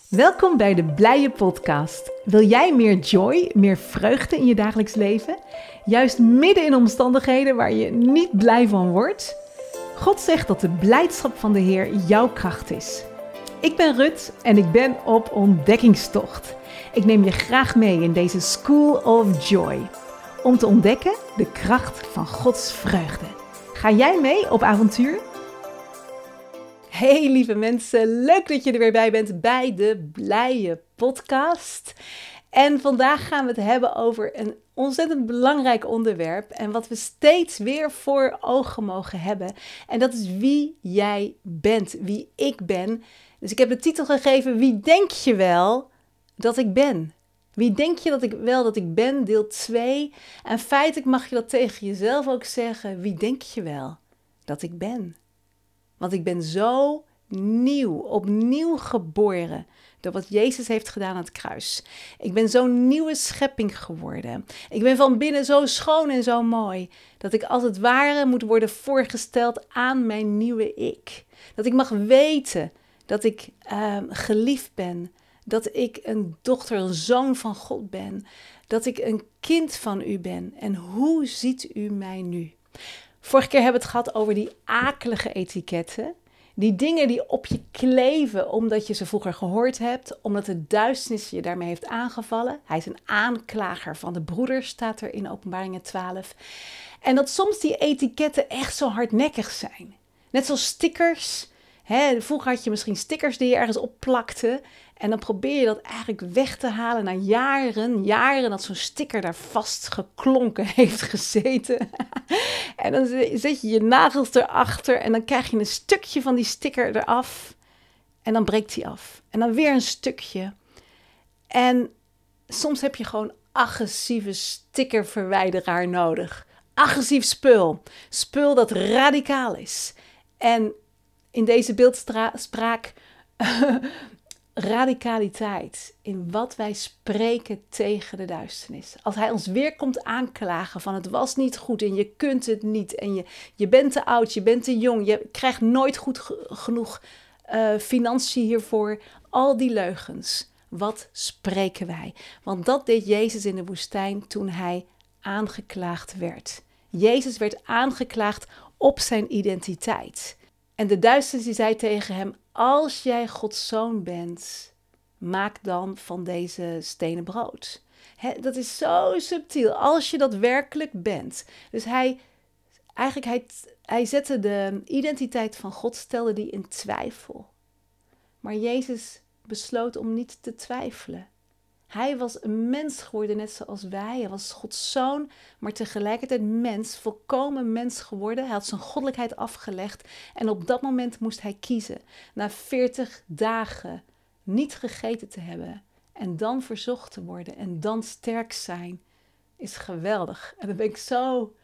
Welkom bij de Blije Podcast. Wil jij meer joy, meer vreugde in je dagelijks leven? Juist midden in omstandigheden waar je niet blij van wordt? God zegt dat de blijdschap van de Heer jouw kracht is. Ik ben Rut en ik ben op ontdekkingstocht. Ik neem je graag mee in deze School of Joy. Om te ontdekken de kracht van Gods vreugde. Ga jij mee op avontuur? Hey lieve mensen, leuk dat je er weer bij bent bij de Blije Podcast. En vandaag gaan we het hebben over een ontzettend belangrijk onderwerp en wat we steeds weer voor ogen mogen hebben. En dat is wie jij bent, wie ik ben. Dus ik heb de titel gegeven, wie denk je wel dat ik ben? Wie denk je dat ik ben, deel 2. En feitelijk mag je dat tegen jezelf ook zeggen, wie denk je wel dat ik ben? Want ik ben zo nieuw, opnieuw geboren door wat Jezus heeft gedaan aan het kruis. Ik ben zo'n nieuwe schepping geworden. Ik ben van binnen zo schoon en zo mooi dat ik als het ware moet worden voorgesteld aan mijn nieuwe ik. Dat ik mag weten dat ik geliefd ben. Dat ik een dochter, een zoon van God ben. Dat ik een kind van u ben. En hoe ziet u mij nu? Vorige keer hebben we het gehad over die akelige etiketten. Die dingen die op je kleven omdat je ze vroeger gehoord hebt. Omdat de duisternis je daarmee heeft aangevallen. Hij is een aanklager van de broeders, staat er in Openbaringen 12. En dat soms die etiketten echt zo hardnekkig zijn. Net zoals stickers. Vroeger had je misschien stickers die je ergens opplakte. En dan probeer je dat eigenlijk weg te halen na jaren dat zo'n sticker daar vast geklonken heeft gezeten. En dan zet je je nagels erachter en dan krijg je een stukje van die sticker eraf. En dan breekt die af. En dan weer een stukje. En soms heb je gewoon agressieve stickerverwijderaar nodig. Agressief spul. Spul dat radicaal is. En in deze beeldspraak radicaliteit in wat wij spreken tegen de duisternis. Als hij ons weer komt aanklagen van het was niet goed en je kunt het niet en je bent te oud, je bent te jong, je krijgt nooit goed genoeg financiën hiervoor. Al die leugens, wat spreken wij? Want dat deed Jezus in de woestijn toen hij aangeklaagd werd. Jezus werd aangeklaagd op zijn identiteit. En de duisternis die zei tegen hem, als jij Gods zoon bent, maak dan van deze stenen brood. Dat is zo subtiel, als je dat werkelijk bent. Dus hij zette de identiteit van God, stelde die in twijfel. Maar Jezus besloot om niet te twijfelen. Hij was een mens geworden, net zoals wij. Hij was Gods zoon, maar tegelijkertijd mens, volkomen mens geworden. Hij had zijn goddelijkheid afgelegd en op dat moment moest hij kiezen. Na 40 dagen niet gegeten te hebben en dan verzocht te worden en dan sterk zijn, is geweldig. En dan ben ik zo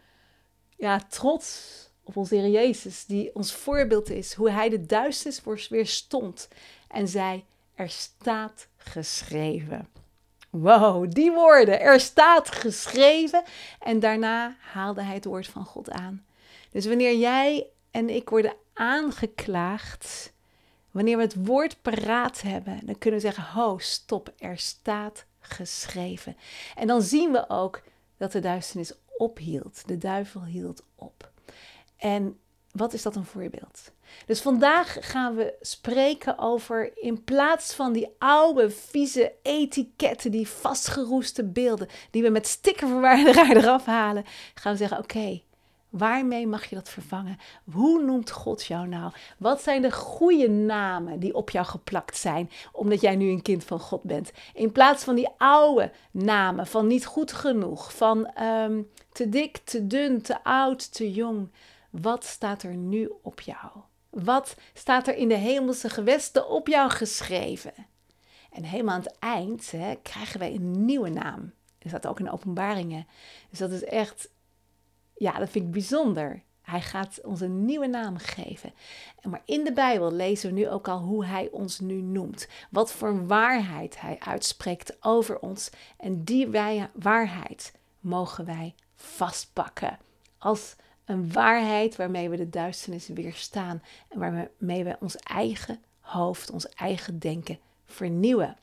trots op onze Heer Jezus, die ons voorbeeld is. Hoe hij de duisternis weerstond en zei, er staat geschreven. Wow, die woorden. Er staat geschreven. En daarna haalde hij het woord van God aan. Dus wanneer jij en ik worden aangeklaagd, wanneer we het woord paraat hebben, dan kunnen we zeggen, ho, stop, er staat geschreven. En dan zien we ook dat de duisternis ophield. De duivel hield op. En wat is dat een voorbeeld? Dus vandaag gaan we spreken over, in plaats van die oude, vieze etiketten, die vastgeroeste beelden, die we met stickerverwijderaar eraf halen, gaan we zeggen, oké, waarmee mag je dat vervangen? Hoe noemt God jou nou? Wat zijn de goede namen die op jou geplakt zijn, omdat jij nu een kind van God bent? In plaats van die oude namen, van niet goed genoeg, van te dik, te dun, te oud, te jong. Wat staat er nu op jou? Wat staat er in de hemelse gewesten op jou geschreven? En helemaal aan het eind krijgen wij een nieuwe naam. Dat staat ook in Openbaringen. Dus dat is echt, dat vind ik bijzonder. Hij gaat ons een nieuwe naam geven. Maar in de Bijbel lezen we nu ook al hoe hij ons nu noemt. Wat voor waarheid hij uitspreekt over ons. En die waarheid mogen wij vastpakken. Als een waarheid waarmee we de duisternis weerstaan en waarmee we ons eigen hoofd, ons eigen denken vernieuwen.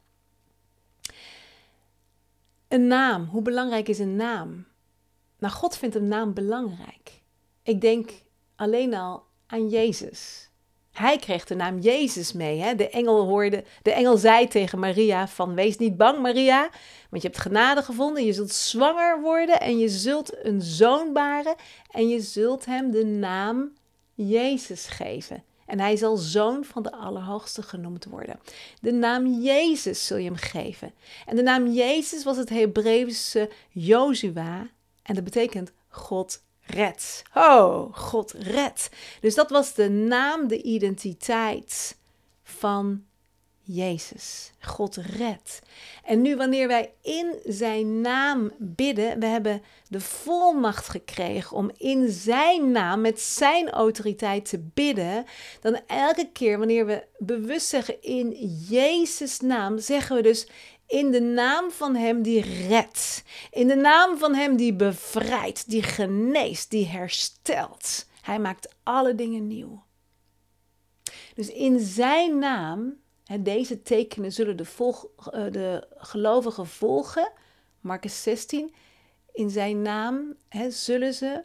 Een naam. Hoe belangrijk is een naam? Nou, God vindt een naam belangrijk. Ik denk alleen al aan Jezus. Hij kreeg de naam Jezus mee. Hè? De engel zei tegen Maria van, wees niet bang Maria, want je hebt genade gevonden. Je zult zwanger worden en je zult een zoon baren en je zult hem de naam Jezus geven. En hij zal zoon van de Allerhoogste genoemd worden. De naam Jezus zul je hem geven. En de naam Jezus was het Hebreeuwse Jozua en dat betekent God redt. Oh, God redt. Dus dat was de naam, de identiteit van Jezus. God redt. En nu wanneer wij in zijn naam bidden, we hebben de volmacht gekregen om in zijn naam, met zijn autoriteit te bidden, dan elke keer wanneer we bewust zeggen in Jezus' naam, zeggen we dus in de naam van hem die redt. In de naam van hem die bevrijdt, die geneest, die herstelt. Hij maakt alle dingen nieuw. Dus in zijn naam, deze tekenen zullen de gelovigen volgen. Marcus 16. In zijn naam zullen ze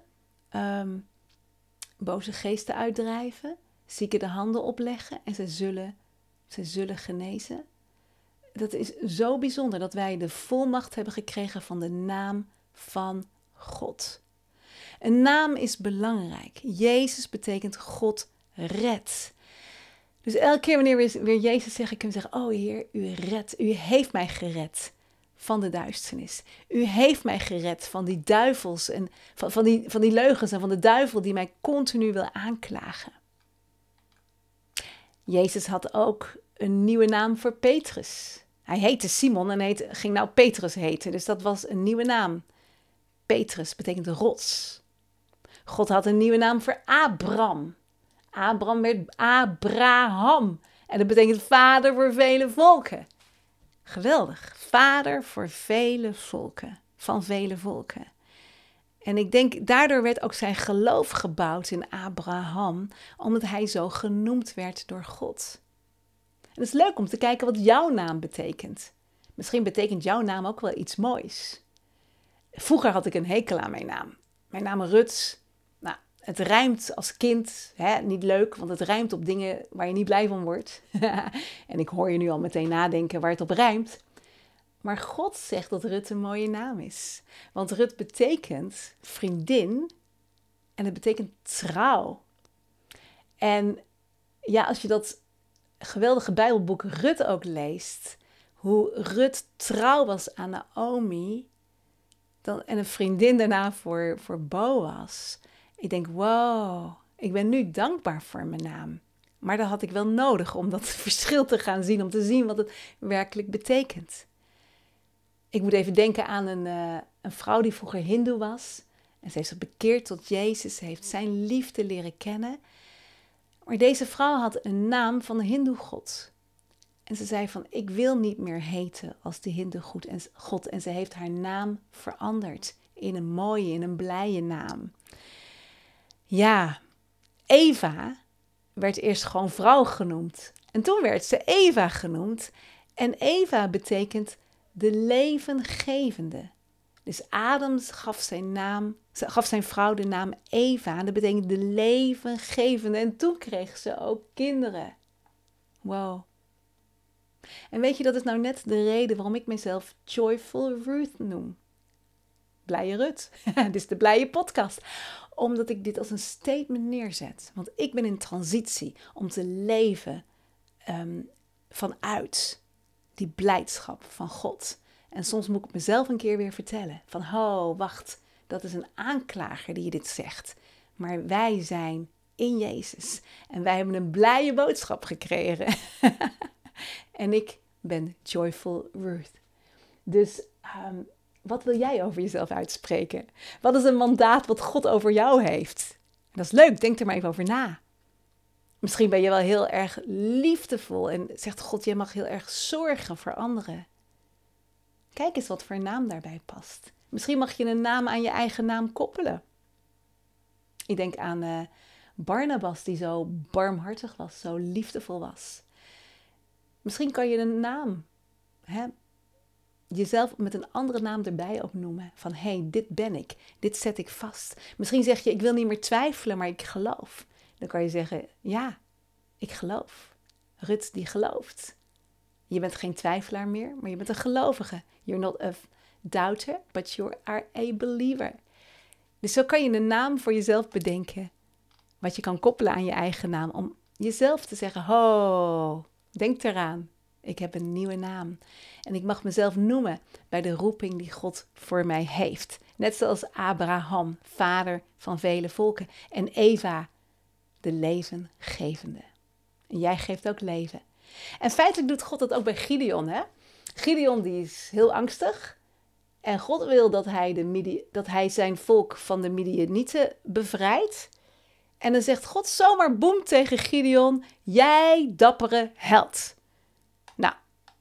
boze geesten uitdrijven, zieken de handen opleggen en ze zullen genezen. Dat is zo bijzonder dat wij de volmacht hebben gekregen van de naam van God. Een naam is belangrijk. Jezus betekent God redt. Dus elke keer wanneer we weer Jezus zeggen, kunnen we zeggen, oh Heer, u redt. U heeft mij gered van de duisternis. U heeft mij gered van die duivels en van die leugens en van de duivel die mij continu wil aanklagen. Jezus had ook een nieuwe naam voor Petrus. Hij heette Simon en ging nou Petrus heten, dus dat was een nieuwe naam. Petrus betekent rots. God had een nieuwe naam voor Abram. Abram werd Abraham. En dat betekent vader voor vele volken. Geweldig. Vader voor vele volken. Van vele volken. En ik denk, daardoor werd ook zijn geloof gebouwd in Abraham. Omdat hij zo genoemd werd door God. En het is leuk om te kijken wat jouw naam betekent. Misschien betekent jouw naam ook wel iets moois. Vroeger had ik een hekel aan mijn naam. Mijn naam Rut. Nou, het rijmt als kind. Niet leuk, want het rijmt op dingen waar je niet blij van wordt. En ik hoor je nu al meteen nadenken waar het op rijmt. Maar God zegt dat Rut een mooie naam is. Want Rut betekent vriendin en het betekent trouw. En ja, als je dat geweldige Bijbelboek Rut ook leest, hoe Rut trouw was aan Naomi en een vriendin daarna voor Boas. Ik denk, wow, ik ben nu dankbaar voor mijn naam. Maar dat had ik wel nodig om dat verschil te gaan zien, om te zien wat het werkelijk betekent. Ik moet even denken aan een vrouw die vroeger hindoe was. En ze heeft zich bekeerd tot Jezus. Ze heeft zijn liefde leren kennen. Maar deze vrouw had een naam van de hindoe-god. En ze zei van, ik wil niet meer heten als de hindoe-god. En ze heeft haar naam veranderd in een mooie, in een blije naam. Ja, Eva werd eerst gewoon vrouw genoemd. En toen werd ze Eva genoemd. En Eva betekent de levengevende. Dus Adam gaf zijn vrouw de naam Eva. En dat betekent de levengevende. En toen kreeg ze ook kinderen. Wow. En weet je, dat is nou net de reden waarom ik mezelf Joyful Ruth noem. Blije Rut. Dit is de blije podcast. Omdat ik dit als een statement neerzet. Want ik ben in transitie om te leven vanuit die blijdschap van God. En soms moet ik mezelf een keer weer vertellen. Van, oh, wacht, dat is een aanklager die dit zegt. Maar wij zijn in Jezus. En wij hebben een blije boodschap gekregen. En ik ben Joyful Ruth. Dus wat wil jij over jezelf uitspreken? Wat is een mandaat wat God over jou heeft? Dat is leuk, denk er maar even over na. Misschien ben je wel heel erg liefdevol en zegt God, jij mag heel erg zorgen voor anderen. Kijk eens wat voor naam daarbij past. Misschien mag je een naam aan je eigen naam koppelen. Ik denk aan Barnabas, die zo barmhartig was, zo liefdevol was. Misschien kan je een naam, jezelf met een andere naam erbij ook noemen. Van dit ben ik, dit zet ik vast. Misschien zeg je, ik wil niet meer twijfelen, maar ik geloof. Dan kan je zeggen, ja, ik geloof. Rut die gelooft. Je bent geen twijfelaar meer, maar je bent een gelovige. You're not a doubter, but you are a believer. Dus zo kan je een naam voor jezelf bedenken. Wat je kan koppelen aan je eigen naam. Om jezelf te zeggen, denk eraan. Ik heb een nieuwe naam. En ik mag mezelf noemen bij de roeping die God voor mij heeft. Net zoals Abraham, vader van vele volken. En Eva, de levengevende. En jij geeft ook leven. En feitelijk doet God dat ook bij Gideon. Gideon die is heel angstig. En God wil dat hij zijn volk van de Midianieten bevrijdt. En dan zegt God zomaar boem tegen Gideon, jij dappere held. Nou,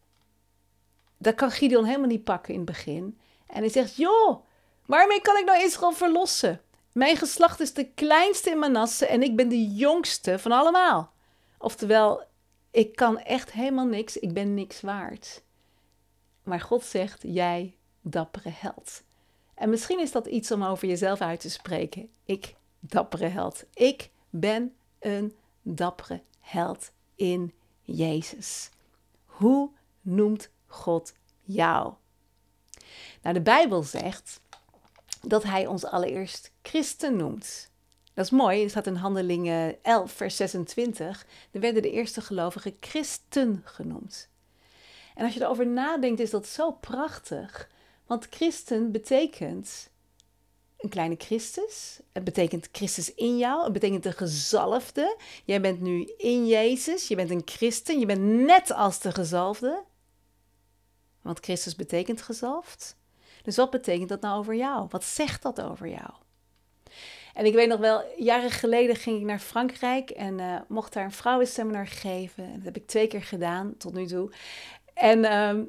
dat kan Gideon helemaal niet pakken in het begin. En hij zegt, joh, waarmee kan ik nou Israël verlossen? Mijn geslacht is de kleinste in Manasse en ik ben de jongste van allemaal. Oftewel, ik kan echt helemaal niks, ik ben niks waard. Maar God zegt, jij dappere held. En misschien is dat iets om over jezelf uit te spreken. Ik, dappere held. Ik ben een dappere held in Jezus. Hoe noemt God jou? Nou, de Bijbel zegt dat hij ons allereerst christen noemt. Dat is mooi, er staat in Handelingen 11, vers 26. Er werden de eerste gelovigen christen genoemd. En als je erover nadenkt, is dat zo prachtig. Want christen betekent een kleine Christus. Het betekent Christus in jou. Het betekent de gezalfde. Jij bent nu in Jezus. Je bent een christen. Je bent net als de gezalfde. Want Christus betekent gezalfd. Dus wat betekent dat nou over jou? Wat zegt dat over jou? En ik weet nog wel, jaren geleden ging ik naar Frankrijk en mocht daar een vrouwenseminar geven. En dat heb ik 2 keer gedaan tot nu toe. En,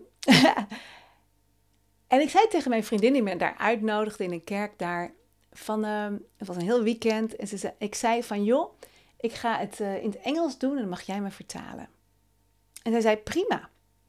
en ik zei tegen mijn vriendin die me daar uitnodigde in een kerk daar, het was een heel weekend. En ik zei van, joh, ik ga het in het Engels doen en dan mag jij me vertalen. En zij zei, prima.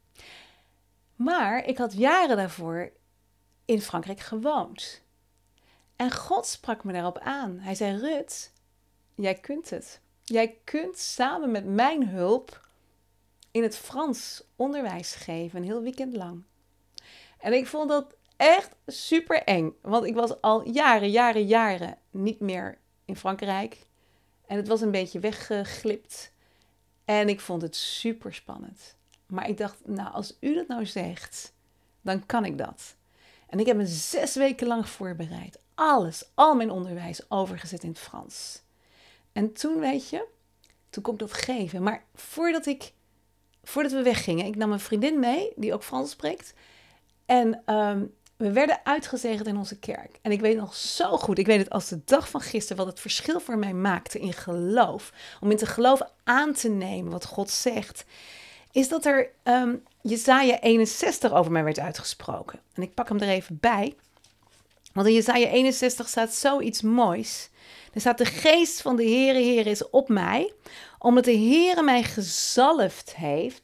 Maar ik had jaren daarvoor in Frankrijk gewoond. En God sprak me daarop aan. Hij zei, Rut, jij kunt het. Jij kunt samen met mijn hulp in het Frans onderwijs geven, een heel weekend lang. En ik vond dat echt super eng. Want ik was al jaren niet meer in Frankrijk. En het was een beetje weggeglipt. En ik vond het super spannend. Maar ik dacht, nou, als u dat nou zegt, dan kan ik dat. En ik heb me 6 weken lang voorbereid. Al mijn onderwijs overgezet in het Frans. En toen, weet je, toen kon ik dat geven. Maar voordat we weggingen, ik nam een vriendin mee, die ook Frans spreekt. En we werden uitgezegend in onze kerk. En ik weet nog zo goed, ik weet het als de dag van gisteren, wat het verschil voor mij maakte in geloof. Om in te geloven aan te nemen wat God zegt. Is dat er Jesaja 61 over mij werd uitgesproken. En ik pak hem er even bij. Want in Jesaja 61 staat zoiets moois. Er staat, de geest van de Heere is op mij, omdat de Heere mij gezalfd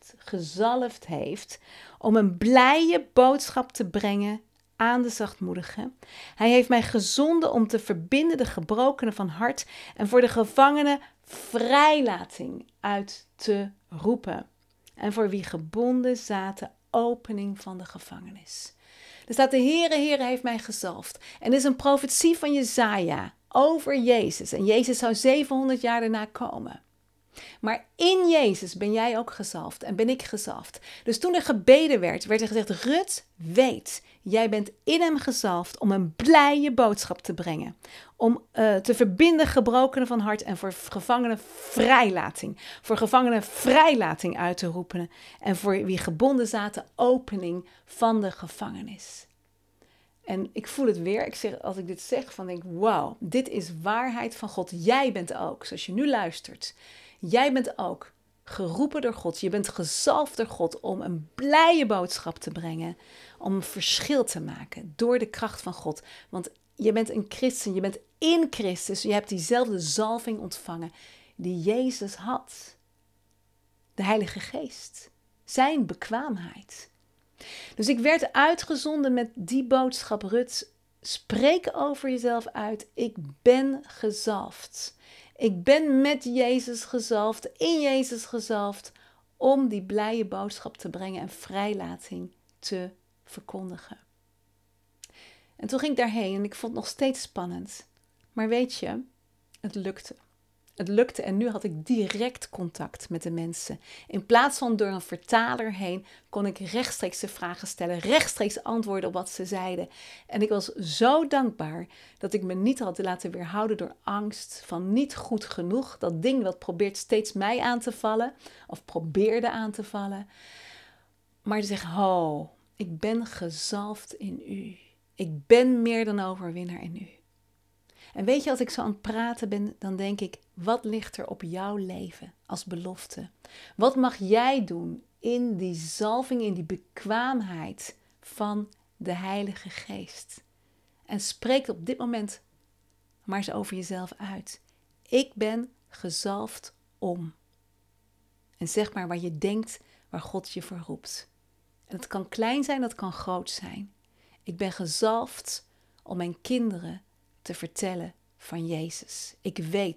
heeft, om een blije boodschap te brengen aan de zachtmoedigen. Hij heeft mij gezonden om te verbinden de gebrokenen van hart en voor de gevangenen vrijlating uit te roepen. En voor wie gebonden zaten, opening van de gevangenis. Er staat, de Heere heeft mij gezalfd. En dit is een profetie van Jesaja over Jezus. En Jezus zou 700 jaar daarna komen. Maar in Jezus ben jij ook gezalfd en ben ik gezalfd. Dus toen er gebeden werd er gezegd, Rut, weet, jij bent in hem gezalfd om een blije boodschap te brengen. Om te verbinden gebrokenen van hart en voor gevangenen vrijlating. Voor gevangenen vrijlating uit te roepen. En voor wie gebonden zaten, opening van de gevangenis. En ik voel het weer, als ik dit zeg, van denk, wauw, dit is waarheid van God. Jij bent ook, zoals je nu luistert, jij bent ook geroepen door God. Je bent gezalfd door God om een blije boodschap te brengen. Om een verschil te maken door de kracht van God. Want je bent een christen, je bent in Christus. Je hebt diezelfde zalving ontvangen die Jezus had. De Heilige Geest. Zijn bekwaamheid. Dus ik werd uitgezonden met die boodschap, Rut, spreek over jezelf uit. Ik ben gezalfd. Ik ben met Jezus gezalfd, in Jezus gezalfd, om die blije boodschap te brengen en vrijlating te verkondigen. En toen ging ik daarheen en ik vond het nog steeds spannend. Maar weet je, het lukte. Het lukte en nu had ik direct contact met de mensen. In plaats van door een vertaler heen kon ik rechtstreeks de vragen stellen, rechtstreeks antwoorden op wat ze zeiden. En ik was zo dankbaar dat ik me niet had laten weerhouden door angst van niet goed genoeg. Dat ding wat probeert steeds mij aan te vallen of probeerde aan te vallen. Maar te zeggen, ik ben gezalfd in u. Ik ben meer dan overwinnaar in u. En weet je, als ik zo aan het praten ben, dan denk ik, wat ligt er op jouw leven als belofte? Wat mag jij doen in die zalving, in die bekwaamheid van de Heilige Geest? En spreek op dit moment maar eens over jezelf uit. Ik ben gezalfd om. En zeg maar waar je denkt, waar God je voor roept. En het kan klein zijn, dat kan groot zijn. Ik ben gezalfd om mijn kinderen te vertellen van Jezus. Ik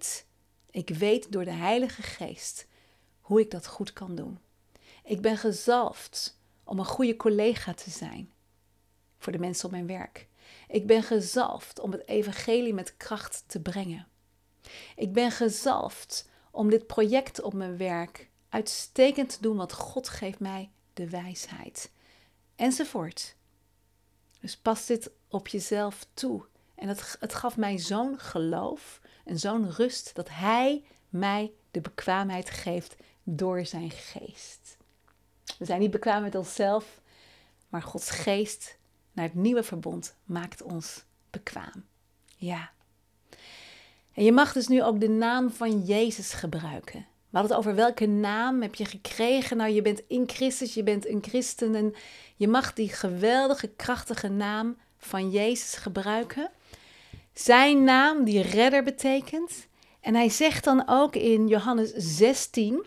weet door de Heilige Geest hoe ik dat goed kan doen. Ik ben gezalfd om een goede collega te zijn voor de mensen op mijn werk. Ik ben gezalfd om het evangelie met kracht te brengen. Ik ben gezalfd om dit project op mijn werk uitstekend te doen, want God geeft mij de wijsheid. Enzovoort. Dus pas dit op jezelf toe. En het gaf mij zo'n geloof en zo'n rust dat Hij mij de bekwaamheid geeft door zijn geest. We zijn niet bekwaam met onszelf, maar Gods geest naar het nieuwe verbond maakt ons bekwaam. Ja. En je mag dus nu ook de naam van Jezus gebruiken. We hadden het over welke naam heb je gekregen. Nou, je bent in Christus, je bent een christen en je mag die geweldige, krachtige naam van Jezus gebruiken. Zijn naam die redder betekent. En hij zegt dan ook in Johannes 16,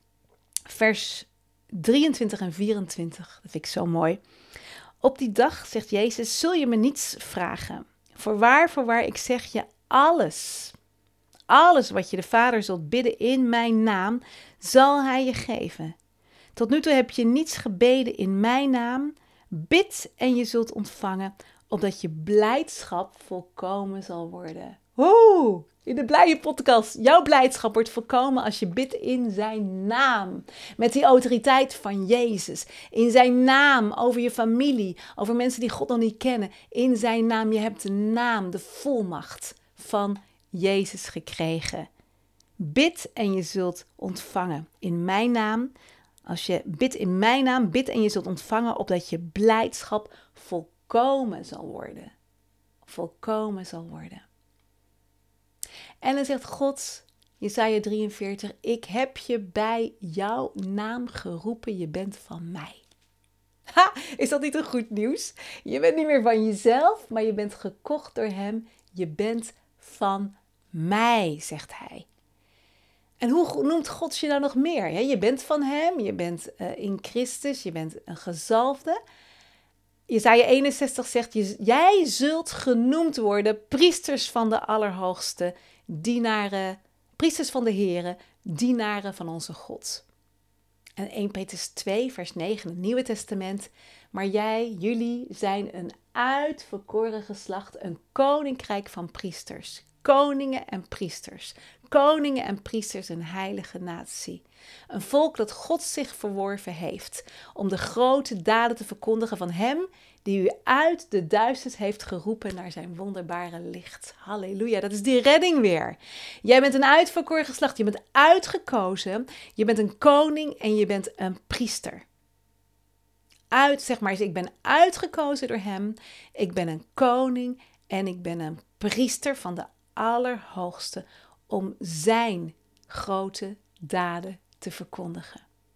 vers 23 en 24, dat vind ik zo mooi. Op die dag, zegt Jezus, zul je me niets vragen. Voorwaar, ik zeg je alles wat je de Vader zult bidden in mijn naam, zal hij je geven. Tot nu toe heb je niets gebeden in mijn naam. Bid en je zult ontvangen, opdat je blijdschap volkomen zal worden. In de Blije Podcast. Jouw blijdschap wordt volkomen als je bidt in zijn naam. Met die autoriteit van Jezus. In zijn naam over je familie. Over mensen die God nog niet kennen. In zijn naam. Je hebt de naam, de volmacht van Jezus gekregen. Bid en je zult ontvangen. In mijn naam. Als je bidt in mijn naam, bid en je zult ontvangen, opdat je blijdschap volkomen zal worden. Volkomen zal worden. En dan zegt God, Jesaja 43, ik heb je bij jouw naam geroepen, je bent van mij. Is dat niet een goed nieuws? Je bent niet meer van jezelf, maar je bent gekocht door hem. Je bent van mij, zegt hij. En hoe noemt God je nou nog meer? Je bent van hem, je bent in Christus, je bent een gezalfde. Jesaja 61 zegt, jij zult genoemd worden priesters van de Allerhoogste, dienaren, priesters van de Here, dienaren van onze God. En 1 Petrus 2 vers 9 in het Nieuwe Testament, maar jullie zijn een uitverkoren geslacht, een koninkrijk van priesters, koningen en priesters. Koningen en priesters, een heilige natie. Een volk dat God zich verworven heeft om de grote daden te verkondigen van hem die u uit de duisternis heeft geroepen naar zijn wonderbare licht. Halleluja, dat is die redding weer. Jij bent een uitverkoren geslacht, je bent uitgekozen, je bent een koning en je bent een priester. Zeg maar eens, ik ben uitgekozen door hem, ik ben een koning en ik ben een priester van de Allerhoogste om zijn grote daden te verkondigen.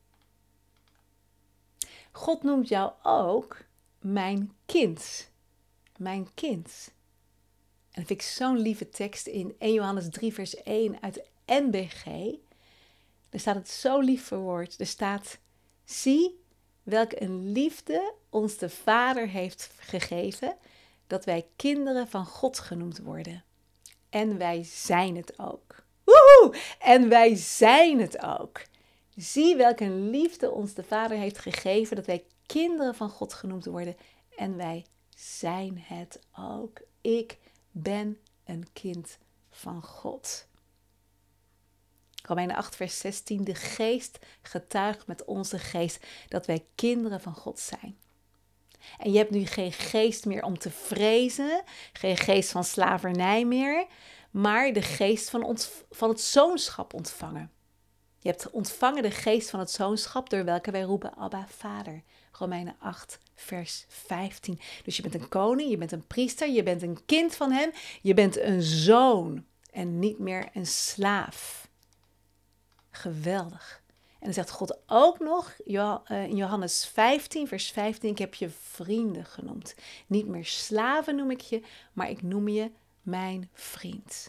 God noemt jou ook mijn kind. Mijn kind. En dat vind ik zo'n lieve tekst in 1 Johannes 3 vers 1 uit de NBG. Daar staat het zo lief verwoord. Er staat, Zie welke een liefde ons de Vader heeft gegeven, dat wij kinderen van God genoemd worden. En wij zijn het ook. Woehoe! En wij zijn het ook. Zie welke een liefde ons de Vader heeft gegeven, dat wij kinderen van God genoemd worden. En wij zijn het ook. Ik ben een kind van God. Romeinen 8 vers 16. De geest getuigt met onze geest dat wij kinderen van God zijn. En je hebt nu geen geest meer om te vrezen, geen geest van slavernij meer, maar de geest van het zoonschap ontvangen. Je hebt ontvangen de geest van het zoonschap, door welke wij roepen Abba, Vader. Romeinen 8, vers 15. Dus je bent een koning, je bent een priester, je bent een kind van hem. Je bent een zoon en niet meer een slaaf. Geweldig. En dan zegt God ook nog in Johannes 15, vers 15, ik heb je vrienden genoemd. Niet meer slaven noem ik je, maar ik noem je mijn vriend.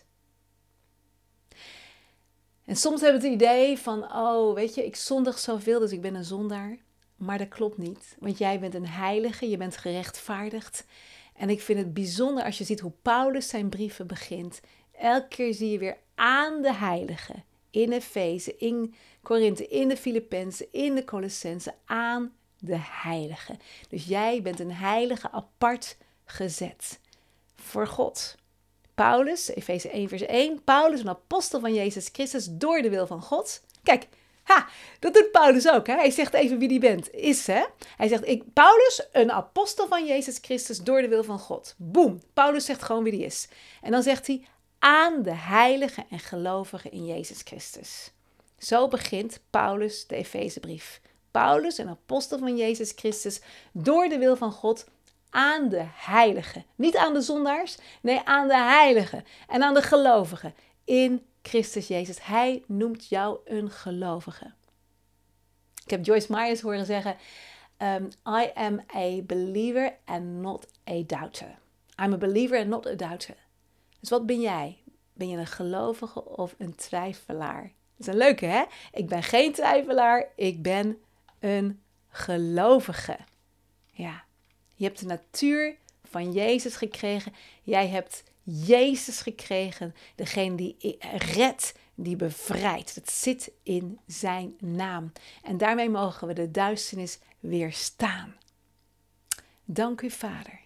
En soms hebben we het idee van, oh weet je, ik zondig zoveel, dus ik ben een zondaar. Maar dat klopt niet, want jij bent een heilige, je bent gerechtvaardigd. En ik vind het bijzonder als je ziet hoe Paulus zijn brieven begint. Elke keer zie je weer aan de heiligen. In Efeze, in Korinthe, in de Filippenzen, in de Colossenzen, aan de heiligen. Dus jij bent een heilige apart gezet voor God. Paulus, Efeze 1 vers 1, Paulus, een apostel van Jezus Christus door de wil van God. Kijk, dat doet Paulus ook. Hè? Hij zegt even wie die is. Hè? Hij zegt, Paulus, een apostel van Jezus Christus door de wil van God. Boom, Paulus zegt gewoon wie die is. En dan zegt hij, aan de heiligen en gelovigen in Jezus Christus. Zo begint Paulus de Efezebrief. Paulus, een apostel van Jezus Christus door de wil van God, aan de heiligen. Niet aan de zondaars, nee aan de heiligen en aan de gelovigen in Christus Jezus. Hij noemt jou een gelovige. Ik heb Joyce Myers horen zeggen, I am a believer and not a doubter. I'm a believer and not a doubter. Dus wat ben jij? Ben je een gelovige of een twijfelaar? Dat is een leuke, hè? Ik ben geen twijfelaar, ik ben een gelovige. Ja, je hebt de natuur van Jezus gekregen. Jij hebt Jezus gekregen, degene die redt, die bevrijdt. Dat zit in zijn naam. En daarmee mogen we de duisternis weerstaan. Dank u, Vader.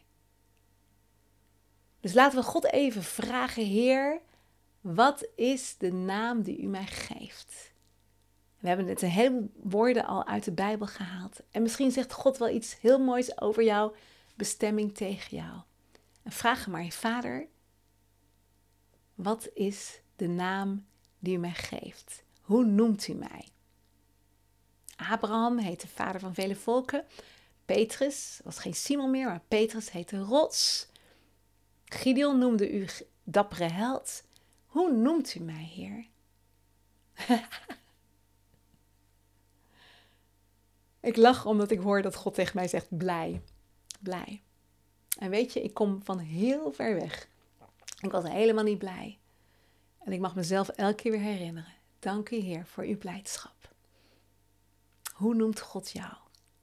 Dus laten we God even vragen, Heer, wat is de naam die u mij geeft? We hebben net een heleboel woorden al uit de Bijbel gehaald. En misschien zegt God wel iets heel moois over jouw bestemming tegen jou. En vraag hem maar, Vader, wat is de naam die u mij geeft? Hoe noemt u mij? Abraham heette vader van vele volken. Petrus was geen Simon meer, maar Petrus heette rots. Gideon noemde u dappere held. Hoe noemt u mij, Heer? Ik lach omdat ik hoor dat God tegen mij zegt, blij, blij. En weet je, ik kom van heel ver weg. Ik was helemaal niet blij. En ik mag mezelf elke keer weer herinneren. Dank u, Heer, voor uw blijdschap. Hoe noemt God jou?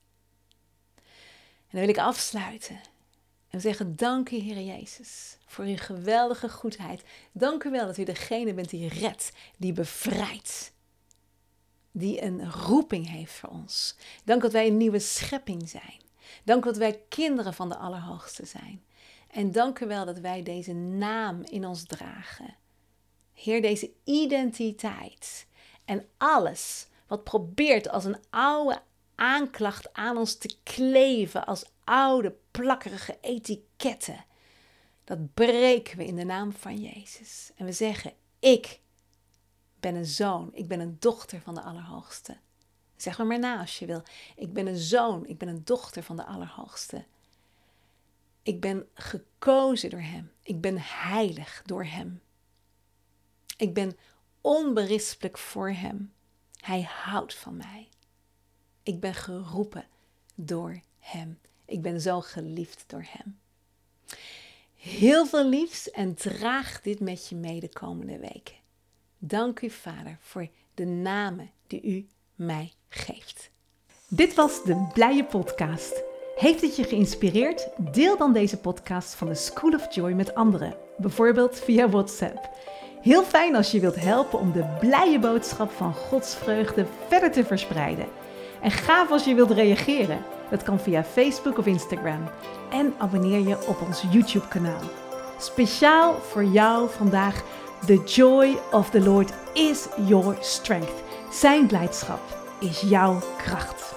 En dan wil ik afsluiten. En zeggen, dank u, Heer Jezus, voor uw geweldige goedheid. Dank u wel dat u degene bent die redt, die bevrijdt. Die een roeping heeft voor ons. Dank dat wij een nieuwe schepping zijn. Dank dat wij kinderen van de Allerhoogste zijn. En dank u wel dat wij deze naam in ons dragen. Heer, deze identiteit. En alles wat probeert als een oude aanklacht aan ons te kleven, als oude plakkerige etiketten. Dat breken we in de naam van Jezus. En we zeggen, ik ben een zoon, ik ben een dochter van de Allerhoogste. Zeg maar na als je wil. Ik ben een zoon, ik ben een dochter van de Allerhoogste. Ik ben gekozen door hem. Ik ben heilig door hem. Ik ben onberispelijk voor hem. Hij houdt van mij. Ik ben geroepen door hem. Ik ben zo geliefd door hem. Heel veel liefs en draag dit met je mee de komende weken. Dank u, Vader, voor de namen die u mij geeft. Dit was de Blije Podcast. Heeft het je geïnspireerd? Deel dan deze podcast van de School of Joy met anderen. Bijvoorbeeld via WhatsApp. Heel fijn als je wilt helpen om de blije boodschap van Gods vreugde verder te verspreiden. En gaaf als je wilt reageren. Dat kan via Facebook of Instagram. En abonneer je op ons YouTube-kanaal. Speciaal voor jou vandaag: The joy of the Lord is your strength. Zijn blijdschap is jouw kracht.